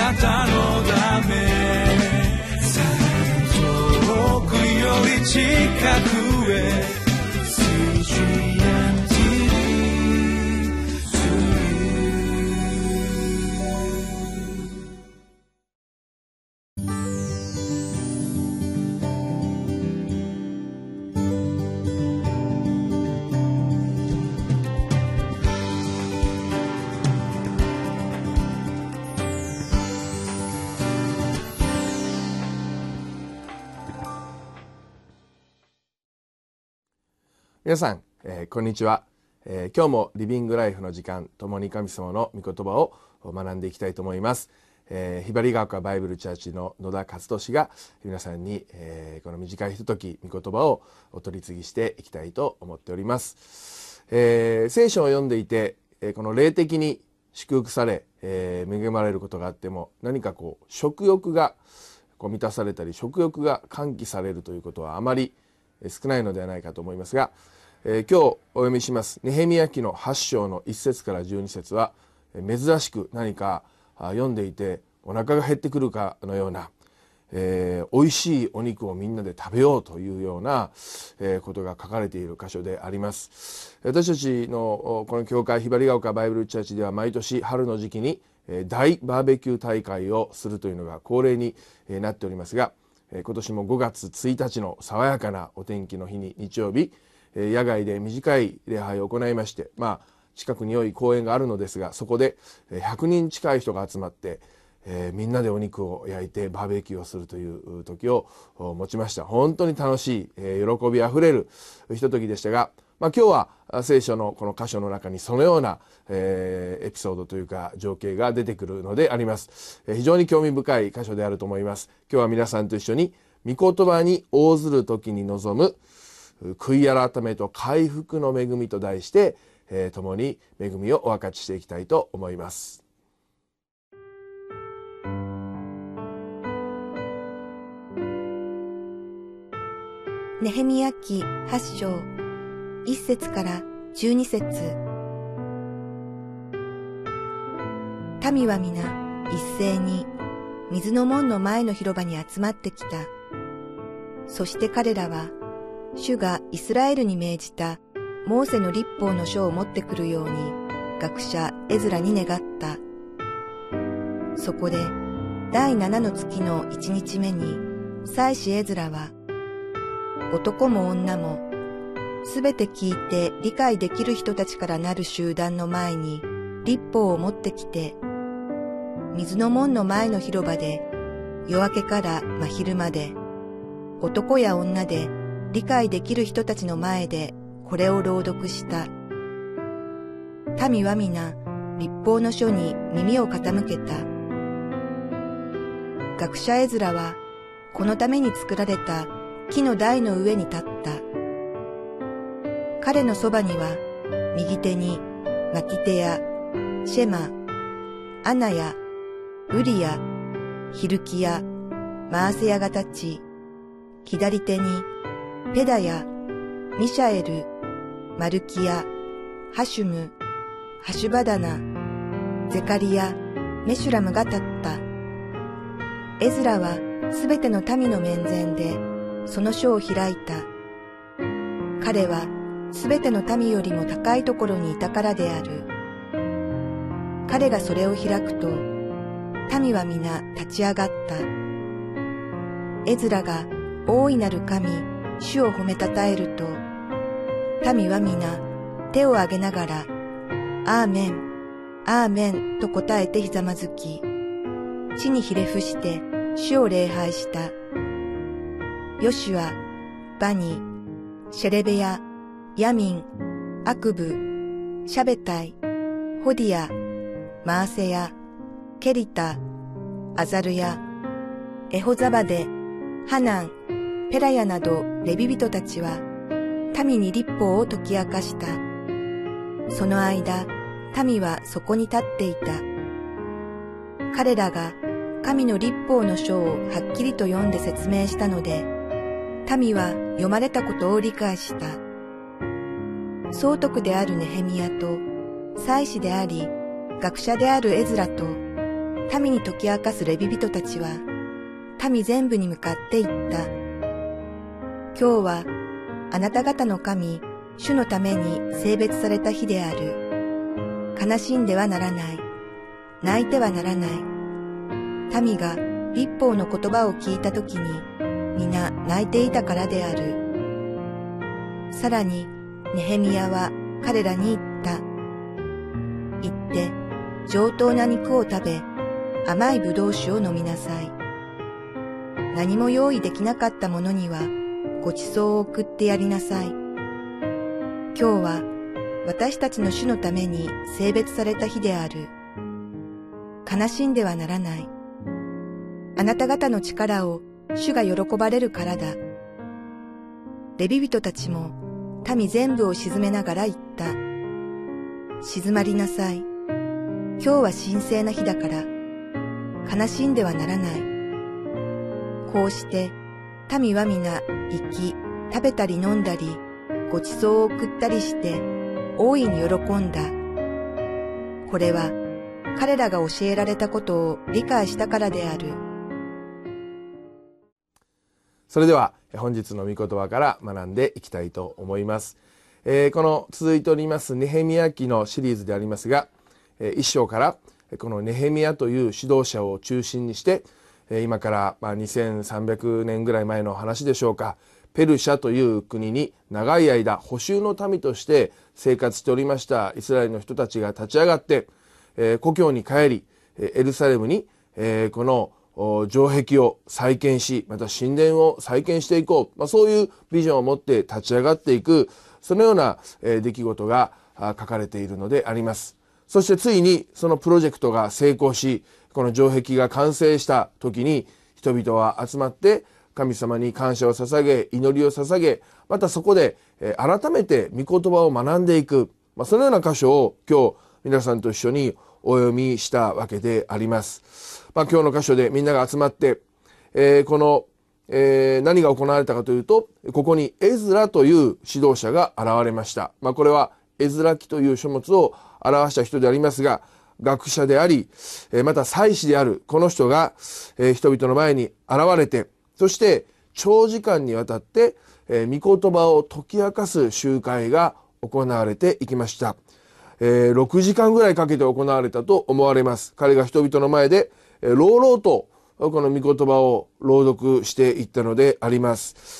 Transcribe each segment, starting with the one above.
なたのため、遠くより近くへ皆さん、こんにちは、今日もリビングライフの時間、共に神様の御言葉を学んでいきたいと思います。ひばりが丘バイブルチャーチの野田勝利が皆さんに、この短いひととき御言葉をお取り次ぎしていきたいと思っております。聖書を読んでいて、この霊的に祝福され、恵まれることがあっても、何か食欲が満たされたり、食欲が喚起されるということはあまり少ないのではないかと思いますが、今日お読みしますネヘミヤ記の8章の1節から12節は、珍しく何か読んでいてお腹が減ってくるかのような、美味しいお肉をみんなで食べようというような、ことが書かれている箇所であります。私たちのこの教会ひばりが丘バイブルチャーチでは、毎年春の時期に大バーベキュー大会をするというのが恒例になっておりますが、今年も5月1日の爽やかなお天気の日に日曜日、野外で短い礼拝を行いまして、近くに良い公園があるのですが、そこで100人近い人が集まって、みんなでお肉を焼いてバーベキューをするという時を持ちました。本当に楽しい、喜びあふれるひとときでしたが、今日は聖書のこの箇所の中にそのような、エピソードというか情景が出てくるのであります。非常に興味深い箇所であると思います。今日は皆さんと一緒に御言葉に応ずる時に臨む悔い改めと回復の恵みと題して、共に恵みをお分かちしていきたいと思います。 ネヘミヤ記8章1節から12節。民は皆一斉に水の門の前の広場に集まってきた。そして彼らは主がイスラエルに命じたモーセの律法の書を持ってくるように学者エズラに願った。そこで第7の月の1日目に祭司エズラは男も女もすべて聞いて理解できる人たちからなる集団の前に律法を持ってきて、水の門の前の広場で夜明けから真昼まで男や女で理解できる人たちの前でこれを朗読した。民は皆律法の書に耳を傾けた。学者エズラはこのために作られた木の台の上に立った。彼のそばには右手にマキテやシェマ、アナやウリやヒルキやマーセヤが立ち、左手にペダやミシャエル、マルキヤ、ハシュム、ハシュバダナ、ゼカリヤ、メシュラムが立った。エズラはすべての民の面前でその書を開いた。彼はすべての民よりも高いところにいたからである。彼がそれを開くと、民は皆立ち上がった。エズラが大いなる神、主を褒めたたえると、民は皆手を挙げながら、アーメン、アーメンと答えてひざまずき、地にひれ伏して主を礼拝した。ヨシュア、バニ、シェレベヤ、ヤミン、アクブ、シャベタイ、ホディア、マーセヤ、ケリタ、アザルヤ、エホザバデ、ハナン、ペラヤなどレビ人たちは民に律法を解き明かした。その間、民はそこに立っていた。彼らが神の律法の書をはっきりと読んで説明したので、民は読まれたことを理解した。総督であるネヘミヤと、祭司であり、学者であるエズラと、 民に解き明かすレビ人たちは、民全部に向かって言った。今日は、あなた方の神、主のために聖別された日である。悲しんではならない。泣いてはならない。民が律法の言葉を聞いたときに、皆泣いていたからである。さらに、ネヘミヤは彼らに言った。行って、上等な肉を食べ、甘い葡萄酒を飲みなさい。何も用意できなかった者には、ごちそうを送ってやりなさい。今日は、私たちの主のために聖別された日である。悲しんではならない。あなた方の力を主が喜ばれるからだ。レビ人たちも民全部を沈めながら言った。静まりなさい。今日は神聖な日だから、悲しんではならない。こうして、民は皆行き、食べたり飲んだり、ごちそうを送ったりして、大いに喜んだ。これは、彼らが教えられたことを理解したからである。 それでは本日の御言葉から学んでいきたいと思います。この続いておりますネヘミヤ記のシリーズでありますが、一章からこのネヘミヤという指導者を中心にして、今から2300年ぐらい前の話でしょうか、ペルシャという国に長い間捕囚の民として生活しておりましたイスラエルの人たちが立ち上がって、故郷に帰りエルサレムにこの城壁を再建し、また神殿を再建していこう、そういうビジョンを持って立ち上がっていく、そのような出来事が書かれているのであります。そしてついにそのプロジェクトが成功し、この城壁が完成した時に人々は集まって神様に感謝を捧げ、祈りを捧げ、またそこで改めて御言葉を学んでいく、そのような箇所を今日皆さんと一緒にお読みしたわけであります。今日の箇所でみんなが集まって、この、何が行われたかというと、ここにエズラという指導者が現れました。これはエズラ記という書物を表した人でありますが、学者であり、また祭司であるこの人が、人々の前に現れて、そして長時間にわたって、御言葉を解き明かす集会が行われていきました。6時間ぐらいかけて行われたと思われます。彼が人々の前で朗々とこの御言葉を朗読していったのであります。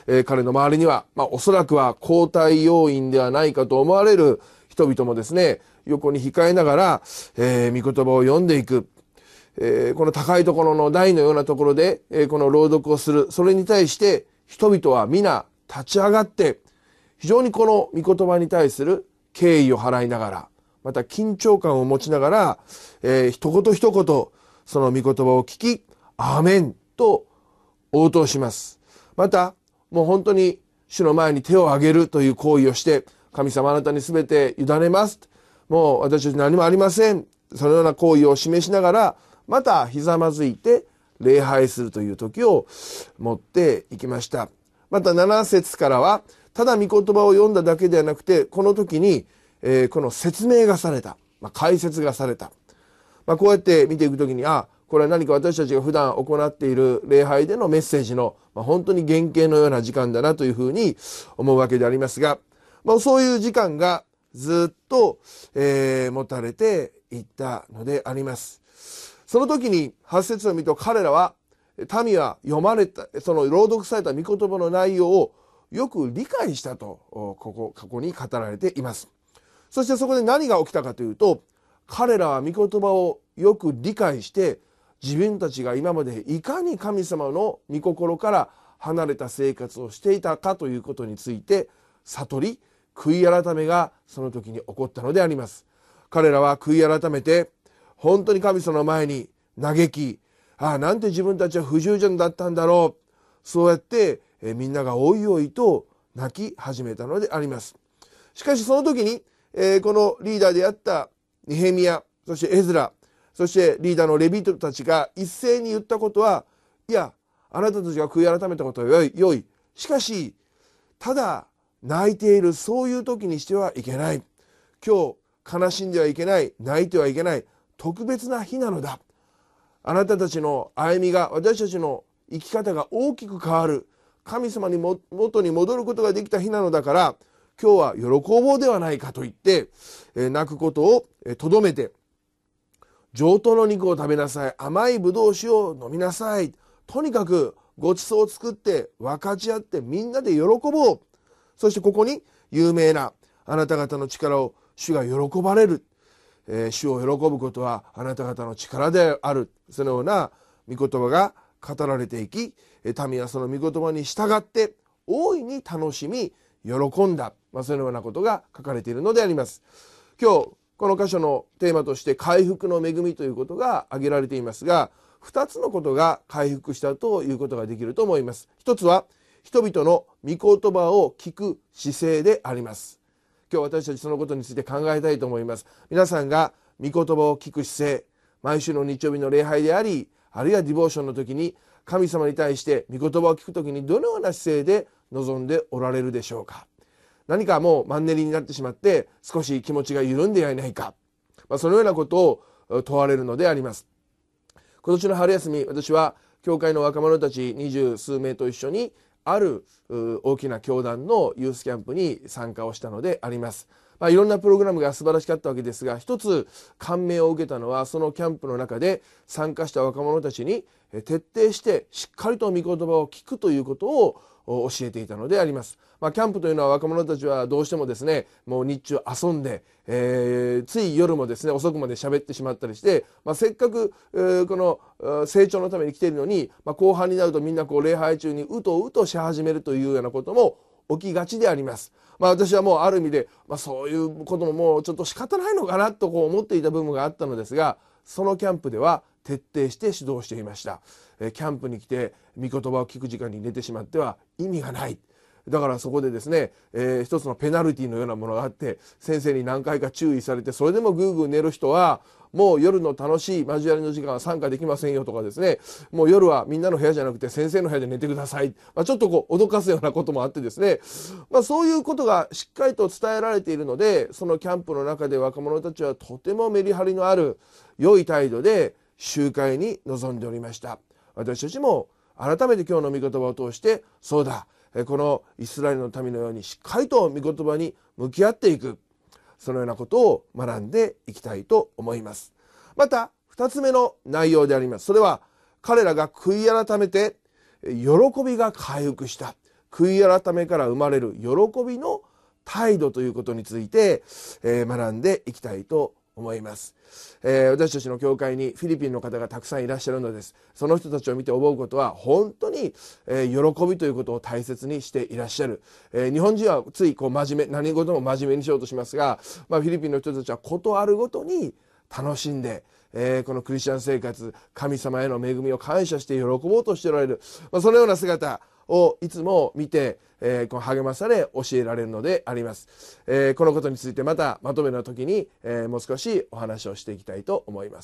彼の周りには、おそらくは交代要員ではないかと思われる人々もですね、横に控えながら、御言葉を読んでいく。この高いところの台のようなところで、この朗読をする。それに対して人々は皆立ち上がって、非常にこの御言葉に対する敬意を払いながら、また緊張感を持ちながら、一言一言その御言葉を聞き、アーメンと応答します。またもう本当に主の前に手を挙げるという行為をして、神様あなたに全て委ねます。もう私たち何もありません。そのような行為を示しながら、またひざまずいて礼拝するという時を持っていきました。また7節からは、ただ御言葉を読んだだけではなくて、この時にこの説明がされた、解説がされた。こうやって見ていくときに、これは何か私たちが普段行っている礼拝でのメッセージの、本当に原型のような時間だなというふうに思うわけでありますが、そういう時間がずっと、持たれていったのであります。その時に8節を見ると、彼らは民は読まれたその朗読された御言葉の内容をよく理解したと過去に語られています。そしてそこで何が起きたかというと、彼らは御言葉をよく理解して、自分たちが今までいかに神様の御心から離れた生活をしていたかということについて悟り、悔い改めがその時に起こったのであります。彼らは悔い改めて、本当に神様の前に嘆き、なんて自分たちは不従順だったんだろう。そうやってみんながおいおいと泣き始めたのであります。しかしその時にこのリーダーであったネヘミヤ、そしてエズラ、そしてリーダーのレビトたちが一斉に言ったことは、いや、あなたたちが悔い改めたことは良い。しかし、ただ泣いているそういう時にしてはいけない。今日悲しんではいけない、泣いてはいけない、特別な日なのだ。 あなたたちの歩みが、私たちの生き方が大きく変わる、神様に元に戻ることができた日なのだから、今日は喜ぼうではないかと言って、泣くことをとどめて、上等の肉を食べなさい、甘いブドウ酒を飲みなさい、とにかくごちそうを作って分かち合ってみんなで喜ぼう。そしてここに有名なあなた方の力を主が喜ばれる、主を喜ぶことはあなた方の力である、そのような御言葉が語られていき、民はその御言葉に従って大いに楽しみ喜んだ、そのようなことが書かれているのであります。今日この箇所のテーマとして回復の恵みということが挙げられていますが、2つのことが回復したということができると思います。一つは人々の御言葉を聞く姿勢であります。今日私たちそのことについて考えたいと思います。皆さんが御言葉を聞く姿勢、毎週の日曜日の礼拝であり、あるいはディボーションの時に神様に対して御言葉を聞く時にどのような姿勢で臨んでおられるでしょうか。何かもうマンネリになってしまって少し気持ちが緩んではいないか、そのようなことを問われるのであります。今年の春休み、私は教会の若者たち20数名と一緒にある大きな教団のユースキャンプに参加をしたのであります。いろんなプログラムが素晴らしかったわけですが、一つ感銘を受けたのは、そのキャンプの中で参加した若者たちに徹底してしっかりと御言葉を聞くということを教えていたのであります。キャンプというのは若者たちはどうしてもですね、もう日中遊んで、つい夜もですね遅くまで喋ってしまったりして、せっかく、この成長のために来ているのに、後半になるとみんな礼拝中にうとうとし始めるというようなことも起きがちであります。私はもうある意味で、そういうことももうちょっと仕方ないのかなと思っていた部分があったのですが、そのキャンプでは徹底して指導していました。キャンプに来て御言葉を聞く時間に寝てしまっては意味がない。だからそこでですね、一つのペナルティのようなものがあって、先生に何回か注意されて、それでもぐーぐー寝る人はもう夜の楽しい交わりの時間は参加できませんよとかですね、もう夜はみんなの部屋じゃなくて先生の部屋で寝てください、ちょっと脅かすようなこともあってですね、そういうことがしっかりと伝えられているので、そのキャンプの中で若者たちはとてもメリハリのある良い態度で集会に臨んでおりました。私たちも改めて今日の御言葉を通して、そうだ、このイスラエルの民のようにしっかりと御言葉に向き合っていく、そのようなことを学んでいきたいと思います。また2つ目の内容であります。それは彼らが悔い改めて喜びが回復した、悔い改めから生まれる喜びの態度ということについて学んでいきたいと思います。私たちの教会にフィリピンの方がたくさんいらっしゃるのです。その人たちを見て思うことは、本当に喜びということを大切にしていらっしゃる。日本人はつい真面目、何事も真面目にしようとしますが、フィリピンの人たちはことあるごとに楽しんで、このクリスチャン生活、神様への恵みを感謝して喜ぼうとしておられる、そのような姿をいつも見て、励まされ教えられるのであります。このことについてまたまとめの時に、もう少しお話をしていきたいと思います。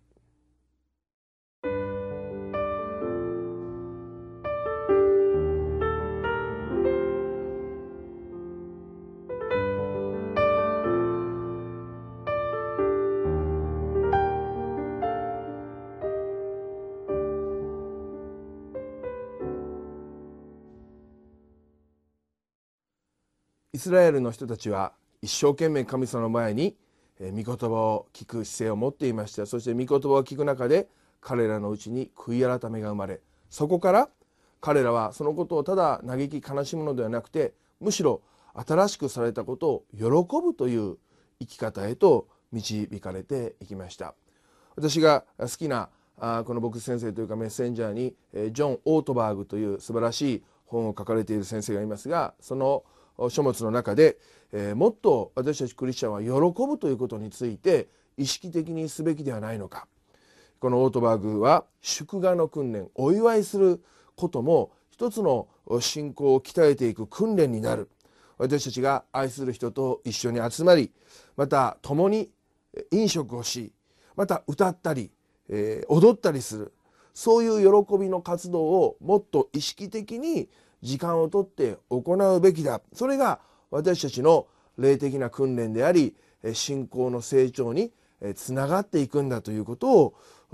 イスラエルの人たちは一生懸命神様の前に御言葉を聞く姿勢を持っていました。そして御言葉を聞く中で彼らのうちに悔い改めが生まれ、そこから彼らはそのことをただ嘆き悲しむのではなくて、むしろ新しくされたことを喜ぶという生き方へと導かれていきました。私が好きなこの牧師先生というかメッセンジャーにジョン・オートバーグという素晴らしい本を書かれている先生がいますが、その書物の中で、もっと私たちクリスチャンは喜ぶということについて意識的にすべきではないのか。このオートバーグは祝賀の訓練、お祝いすることも一つの信仰を鍛えていく訓練になる。私たちが愛する人と一緒に集まり、また共に飲食をし、また歌ったり、踊ったりする、そういう喜びの活動をもっと意識的に時間をとって行うべきだ。それが私たちの霊的な訓練であり、信仰の成長につながっていくんだということ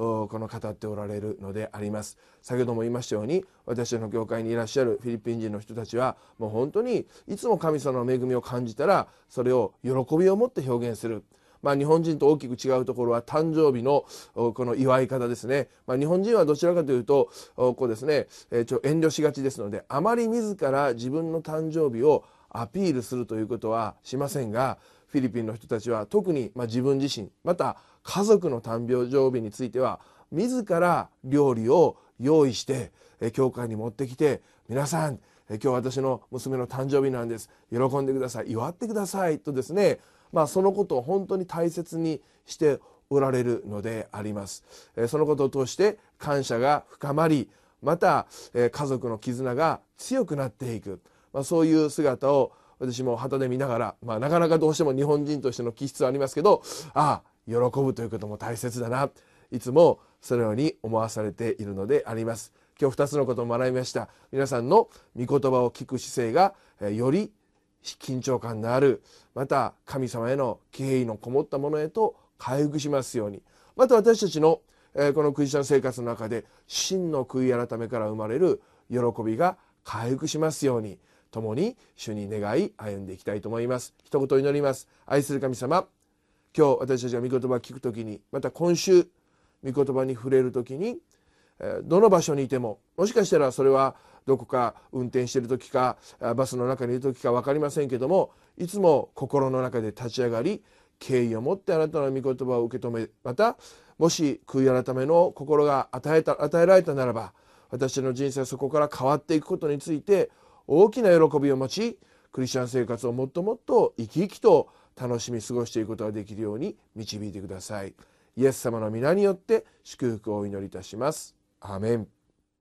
この語っておられるのであります。先ほども言いましたように、私の教会にいらっしゃるフィリピン人の人たちはもう本当にいつも神様の恵みを感じたらそれを喜びを持って表現する。日本人と大きく違うところは誕生日のこの祝い方ですね。日本人はどちらかというとこうですね、遠慮しがちですので、あまり自ら自分の誕生日をアピールするということはしませんが、フィリピンの人たちは特に自分自身、また家族の誕生日については自ら料理を用意して教会に持ってきて、皆さん今日私の娘の誕生日なんです、喜んでください、祝ってくださいとですね、そのことを本当に大切にしておられるのであります。そのことを通して感謝が深まり、また家族の絆が強くなっていく、そういう姿を私も旗で見ながら、なかなかどうしても日本人としての気質はありますけど、喜ぶということも大切だな、いつもそのように思わされているのであります。今日2つのことを学びました。皆さんの御言葉を聞く姿勢がより緊張感のある、また神様への敬意のこもったものへと回復しますように、また私たちのこのクリスチャン生活の中で真の悔い改めから生まれる喜びが回復しますように、共に主に願い歩んでいきたいと思います。一言祈ります。愛する神様、今日私たちが御言葉を聞くときに、また今週御言葉に触れるときに、どの場所にいても、もしかしたらそれはどこか運転している時かバスの中にいる時か分かりませんけども、いつも心の中で立ち上がり、敬意を持ってあなたの御言葉を受け止め、またもし悔い改めの心が与えられたならば、私の人生はそこから変わっていくことについて大きな喜びを持ち、クリスチャン生活をもっともっと生き生きと楽しみ過ごしていくことができるように導いてください。イエス様の皆によって祝福をお祈りいたします。アーメン。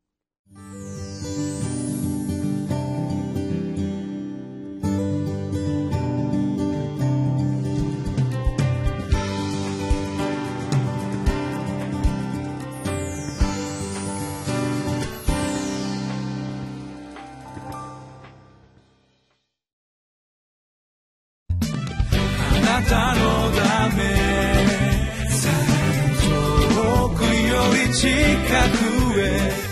あなたのため遠くより近くへ